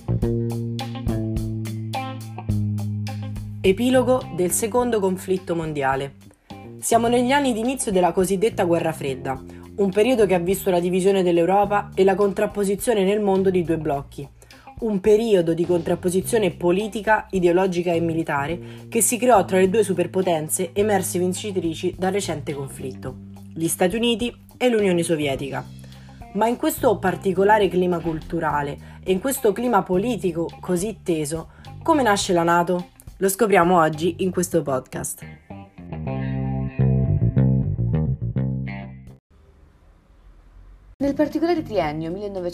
Epilogo del secondo conflitto mondiale. Siamo negli anni di inizio della cosiddetta Guerra Fredda, un periodo che ha visto la divisione dell'Europa e la contrapposizione nel mondo di due blocchi. Un periodo di contrapposizione politica, ideologica e militare che si creò tra le due superpotenze emerse vincitrici dal recente conflitto, gli Stati Uniti e l'Unione Sovietica. Ma in questo particolare clima culturale e in questo clima politico così teso, come nasce la NATO? Lo scopriamo oggi in questo podcast. Nel particolare triennio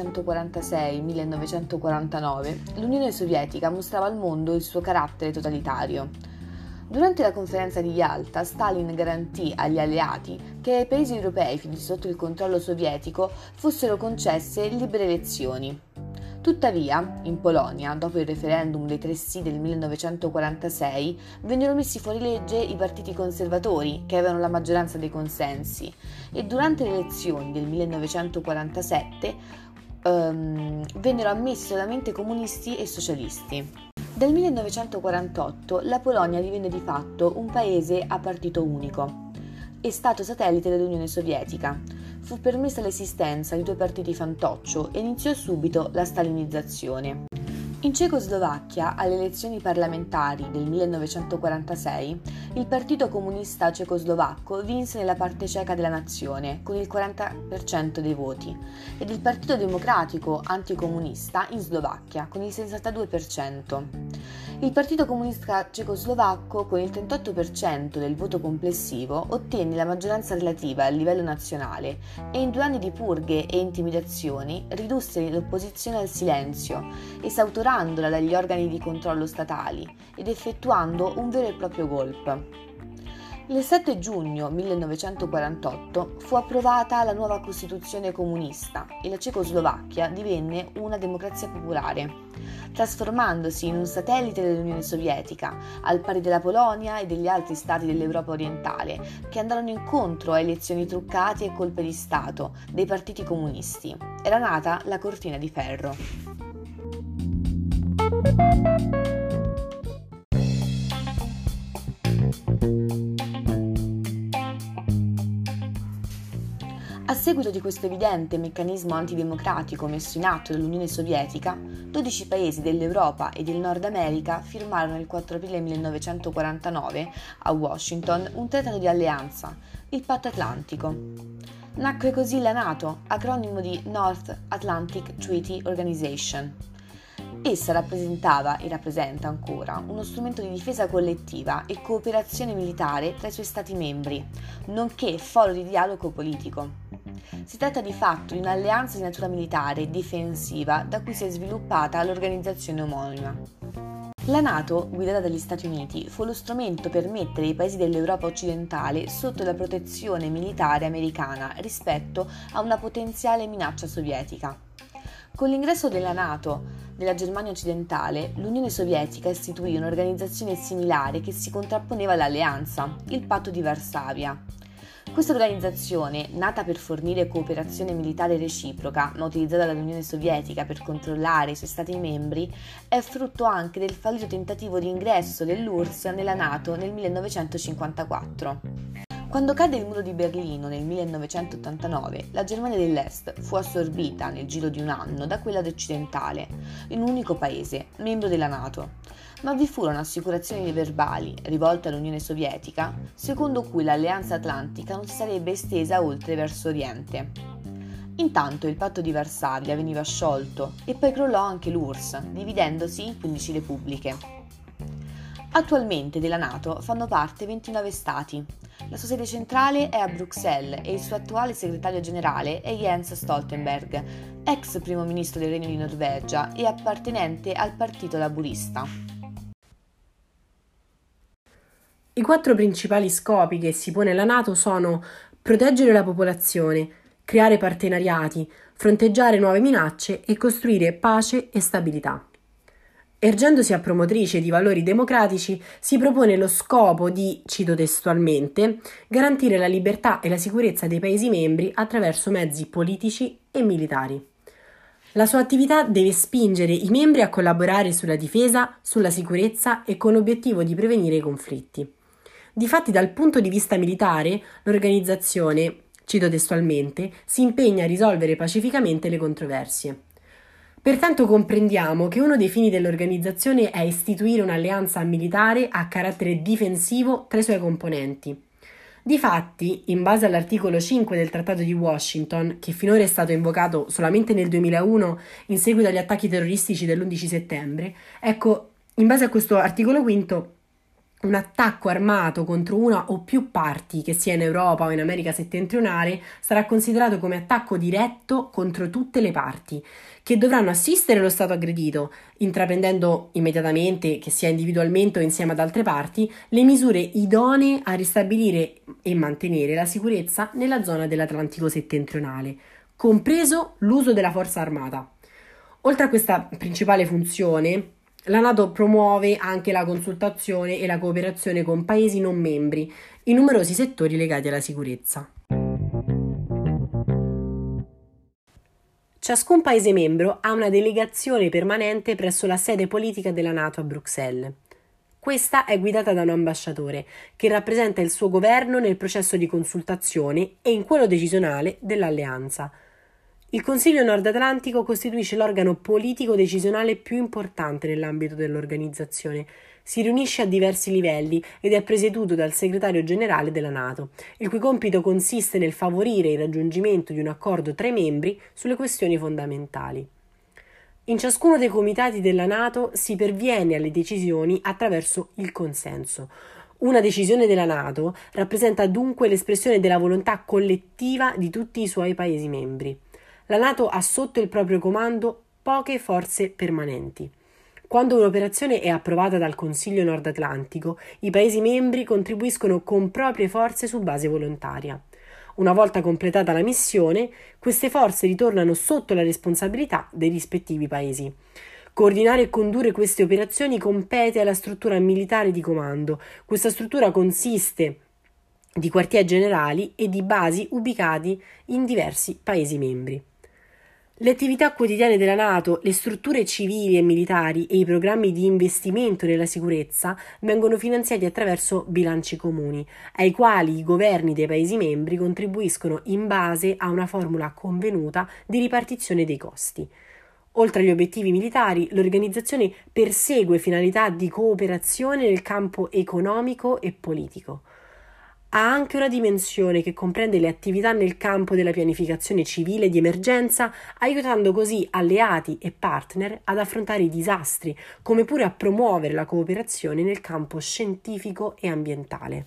1946-1949, l'Unione Sovietica mostrava al mondo il suo carattere totalitario. Durante la conferenza di Yalta, Stalin garantì agli alleati che ai paesi europei finiti sotto il controllo sovietico fossero concesse libere elezioni. Tuttavia, in Polonia, dopo il referendum dei 3 sì del 1946, vennero messi fuori legge i partiti conservatori, che avevano la maggioranza dei consensi, e durante le elezioni del 1947 vennero ammessi solamente comunisti e socialisti. Dal 1948 la Polonia divenne di fatto un paese a partito unico e stato satellite dell'Unione Sovietica. Fu permessa l'esistenza di 2 partiti fantoccio e iniziò subito la stalinizzazione. In Cecoslovacchia, alle elezioni parlamentari del 1946, il Partito Comunista Cecoslovacco vinse nella parte ceca della nazione, con il 40% dei voti, ed il Partito Democratico Anticomunista in Slovacchia, con il 62%. Il Partito Comunista Cecoslovacco, con il 38% del voto complessivo, ottenne la maggioranza relativa a livello nazionale e in 2 anni di purghe e intimidazioni ridusse l'opposizione al silenzio, esautorandola dagli organi di controllo statali ed effettuando un vero e proprio golpe. Il 7 giugno 1948 fu approvata la nuova Costituzione comunista e la Cecoslovacchia divenne una democrazia popolare, trasformandosi in un satellite dell'Unione Sovietica, al pari della Polonia e degli altri stati dell'Europa orientale, che andarono incontro a elezioni truccate e colpe di Stato dei partiti comunisti. Era nata la cortina di ferro. A seguito di questo evidente meccanismo antidemocratico messo in atto dall'Unione Sovietica, 12 paesi dell'Europa e del Nord America firmarono il 4 aprile 1949 a Washington un trattato di alleanza, il Patto Atlantico. Nacque così la NATO, acronimo di North Atlantic Treaty Organization. Essa rappresentava e rappresenta ancora uno strumento di difesa collettiva e cooperazione militare tra i suoi Stati membri, nonché foro di dialogo politico. Si tratta di fatto di un'alleanza di natura militare difensiva da cui si è sviluppata l'organizzazione omonima. La NATO, guidata dagli Stati Uniti, fu lo strumento per mettere i paesi dell'Europa occidentale sotto la protezione militare americana rispetto a una potenziale minaccia sovietica. Con l'ingresso della NATO nella Germania occidentale, l'Unione Sovietica istituì un'organizzazione similare che si contrapponeva all'alleanza, il Patto di Varsavia. Questa organizzazione, nata per fornire cooperazione militare reciproca, ma utilizzata dall'Unione Sovietica per controllare i suoi Stati membri, è frutto anche del fallito tentativo di ingresso dell'URSS nella NATO nel 1954. Quando cadde il muro di Berlino nel 1989, la Germania dell'Est fu assorbita nel giro di un anno da quella occidentale, in un unico paese, membro della NATO. Ma vi furono assicurazioni verbali rivolte all'Unione Sovietica, secondo cui l'Alleanza Atlantica non si sarebbe estesa oltre verso Oriente. Intanto il Patto di Varsavia veniva sciolto e poi crollò anche l'URSS, dividendosi in 15 repubbliche. Attualmente della NATO fanno parte 29 Stati. La sua sede centrale è a Bruxelles e il suo attuale segretario generale è Jens Stoltenberg, ex primo ministro del Regno di Norvegia e appartenente al partito laburista. I 4 principali scopi che si pone la NATO sono proteggere la popolazione, creare partenariati, fronteggiare nuove minacce e costruire pace e stabilità. Ergendosi a promotrice di valori democratici, si propone lo scopo di, cito testualmente, garantire la libertà e la sicurezza dei Paesi membri attraverso mezzi politici e militari. La sua attività deve spingere i membri a collaborare sulla difesa, sulla sicurezza e con l'obiettivo di prevenire i conflitti. Difatti, dal punto di vista militare, l'organizzazione, cito testualmente, si impegna a risolvere pacificamente le controversie. Pertanto comprendiamo che uno dei fini dell'organizzazione è istituire un'alleanza militare a carattere difensivo tra i suoi componenti. Difatti, in base all'articolo 5 del Trattato di Washington, che finora è stato invocato solamente nel 2001 in seguito agli attacchi terroristici dell'11 settembre, ecco, in base a questo articolo quinto, un attacco armato contro una o più parti, che sia in Europa o in America settentrionale, sarà considerato come attacco diretto contro tutte le parti, che dovranno assistere lo Stato aggredito, intraprendendo immediatamente, che sia individualmente o insieme ad altre parti, le misure idonee a ristabilire e mantenere la sicurezza nella zona dell'Atlantico settentrionale, compreso l'uso della forza armata. Oltre a questa principale funzione, la NATO promuove anche la consultazione e la cooperazione con paesi non membri in numerosi settori legati alla sicurezza. Ciascun paese membro ha una delegazione permanente presso la sede politica della NATO a Bruxelles. Questa è guidata da un ambasciatore che rappresenta il suo governo nel processo di consultazione e in quello decisionale dell'alleanza. Il Consiglio Nord Atlantico costituisce l'organo politico decisionale più importante nell'ambito dell'organizzazione. Si riunisce a diversi livelli ed è presieduto dal segretario generale della NATO, il cui compito consiste nel favorire il raggiungimento di un accordo tra i membri sulle questioni fondamentali. In ciascuno dei comitati della NATO si perviene alle decisioni attraverso il consenso. Una decisione della NATO rappresenta dunque l'espressione della volontà collettiva di tutti i suoi Paesi membri. La NATO ha sotto il proprio comando poche forze permanenti. Quando un'operazione è approvata dal Consiglio Nord Atlantico, i Paesi membri contribuiscono con proprie forze su base volontaria. Una volta completata la missione, queste forze ritornano sotto la responsabilità dei rispettivi Paesi. Coordinare e condurre queste operazioni compete alla struttura militare di comando. Questa struttura consiste di quartier generali e di basi ubicati in diversi Paesi membri. Le attività quotidiane della NATO, le strutture civili e militari e i programmi di investimento nella sicurezza vengono finanziati attraverso bilanci comuni, ai quali i governi dei Paesi membri contribuiscono in base a una formula convenuta di ripartizione dei costi. Oltre agli obiettivi militari, l'organizzazione persegue finalità di cooperazione nel campo economico e politico. Ha anche una dimensione che comprende le attività nel campo della pianificazione civile di emergenza, aiutando così alleati e partner ad affrontare i disastri, come pure a promuovere la cooperazione nel campo scientifico e ambientale.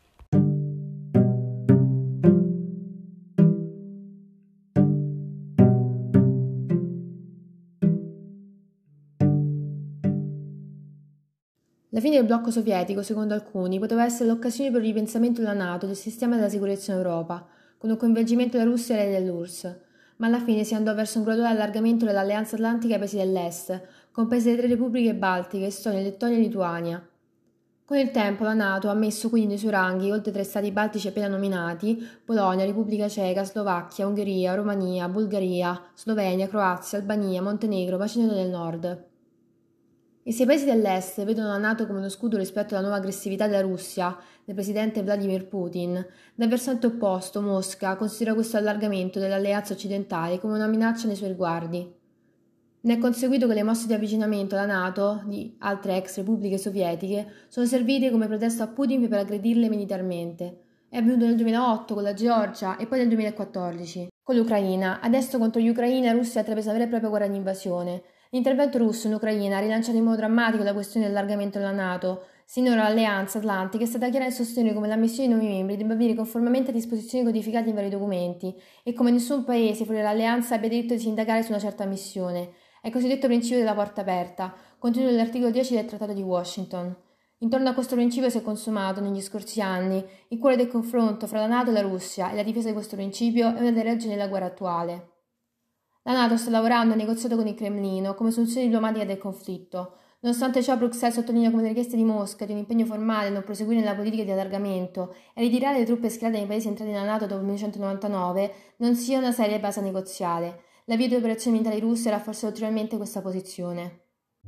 La fine del blocco sovietico, secondo alcuni, poteva essere l'occasione per il ripensamento della NATO e del sistema della sicurezza in Europa, con un coinvolgimento della Russia e dell'URSS, ma alla fine si andò verso un graduale allargamento dell'Alleanza Atlantica ai paesi dell'Est, comprese le 3 repubbliche baltiche, Estonia, Lettonia e Lituania. Con il tempo la NATO ha messo quindi nei suoi ranghi, oltre ai 3 stati baltici appena nominati, Polonia, Repubblica Ceca, Slovacchia, Ungheria, Romania, Bulgaria, Slovenia, Croazia, Albania, Montenegro, Macedonia del Nord. I 6 paesi dell'Est vedono la NATO come uno scudo rispetto alla nuova aggressività della Russia, del presidente Vladimir Putin. Dal versante opposto, Mosca considera questo allargamento dell'alleanza occidentale come una minaccia nei suoi riguardi. Ne è conseguito che le mosse di avvicinamento alla NATO di altre ex repubbliche sovietiche sono servite come pretesto a Putin per aggredirle militarmente. È avvenuto nel 2008 con la Georgia e poi nel 2014 con l'Ucraina. Adesso contro gli ucraini la Russia ha intrapreso una vera e propria guerra di invasione. L'intervento russo in Ucraina ha rilanciato in modo drammatico la questione dell'allargamento della NATO. Sinora l'Alleanza Atlantica è stata chiara nel sostenere come l'ammissione dei nuovi membri debba avvenire conformemente a disposizioni codificate in vari documenti e come nessun paese fuori dall'Alleanza abbia diritto di sindacare su una certa missione. È il cosiddetto principio della porta aperta, contenuto nell'articolo 10 del Trattato di Washington. Intorno a questo principio si è consumato negli scorsi anni il cuore del confronto fra la NATO e la Russia, e la difesa di questo principio è una delle ragioni della guerra attuale. La NATO sta lavorando e ha negoziato con il Cremlino come soluzione diplomatica del conflitto. Nonostante ciò, Bruxelles sottolinea come le richieste di Mosca di un impegno formale a non proseguire nella politica di allargamento e ritirare le truppe schierate nei paesi entrati nella NATO dopo il 1999 non sia una seria base negoziale. L'avvio delle operazioni militari russe ha rafforzato ulteriormente questa posizione.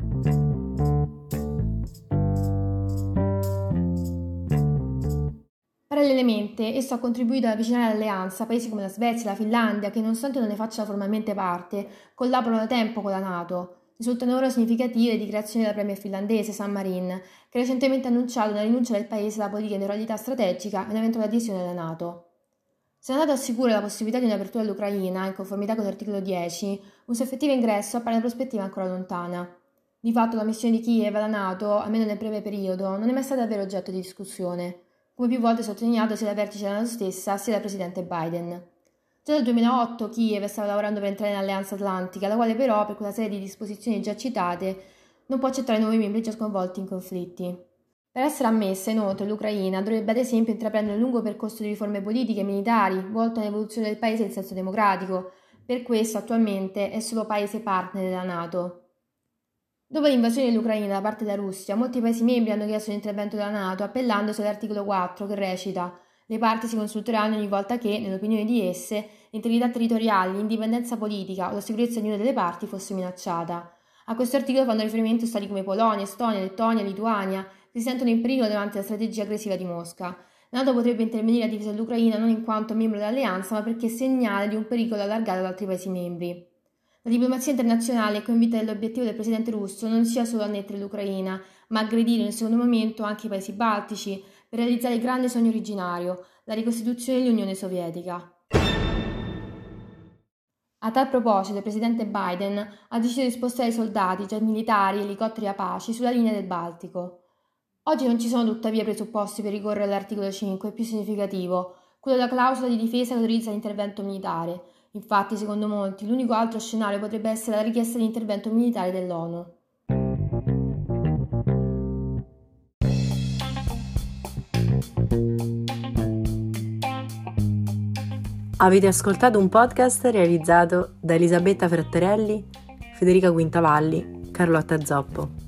Parallelamente, esso ha contribuito ad avvicinare all'alleanza paesi come la Svezia e la Finlandia, che nonostante non ne facciano formalmente parte, collaborano da tempo con la NATO. Risultano ora significative le dichiarazioni della premier finlandese Sanna Marin, che ha recentemente annunciato una rinuncia del paese alla politica di neutralità strategica e un'eventuale adesione alla NATO. Se la NATO assicura la possibilità di un'apertura all'Ucraina, in conformità con l'articolo 10, un suo effettivo ingresso appare una prospettiva ancora lontana. Di fatto la missione di Kiev alla NATO, almeno nel breve periodo, non è mai stata davvero oggetto di discussione, come più volte sottolineato sia dal vertice della NATO stessa sia dal presidente Biden. Già dal 2008 Kiev stava lavorando per entrare in Alleanza Atlantica, la quale però, per quella serie di disposizioni già citate, non può accettare nuovi membri già sconvolti in conflitti. Per essere ammessa, inoltre, l'Ucraina dovrebbe ad esempio intraprendere un lungo percorso di riforme politiche e militari, volto all'evoluzione del paese in senso democratico. Per questo, attualmente, è solo paese partner della NATO. Dopo l'invasione dell'Ucraina da parte della Russia, molti paesi membri hanno chiesto l'intervento della NATO appellandosi all'articolo 4 che recita: le parti si consulteranno ogni volta che, nell'opinione di esse, l'integrità territoriale, l'indipendenza politica o la sicurezza di una delle parti fosse minacciata. A questo articolo fanno riferimento stati come Polonia, Estonia, Lettonia, Lituania, che si sentono in pericolo davanti alla strategia aggressiva di Mosca. La NATO potrebbe intervenire a difesa dell'Ucraina non in quanto membro dell'alleanza, ma perché segnale di un pericolo allargato ad altri paesi membri. La diplomazia internazionale è convinta che l'obiettivo del presidente russo non sia solo annettere l'Ucraina, ma aggredire nel secondo momento anche i paesi baltici per realizzare il grande sogno originario, la ricostituzione dell'Unione Sovietica. A tal proposito, il presidente Biden ha deciso di spostare i soldati, jet militari e elicotteri Apache sulla linea del Baltico. Oggi non ci sono tuttavia presupposti per ricorrere all'articolo 5, più significativo, quello della clausola di difesa che autorizza l'intervento militare. Infatti, secondo molti, l'unico altro scenario potrebbe essere la richiesta di intervento militare dell'ONU. Avete ascoltato un podcast realizzato da Elisabetta Frattarelli, Federica Quintavalli, Carlotta Zoppo.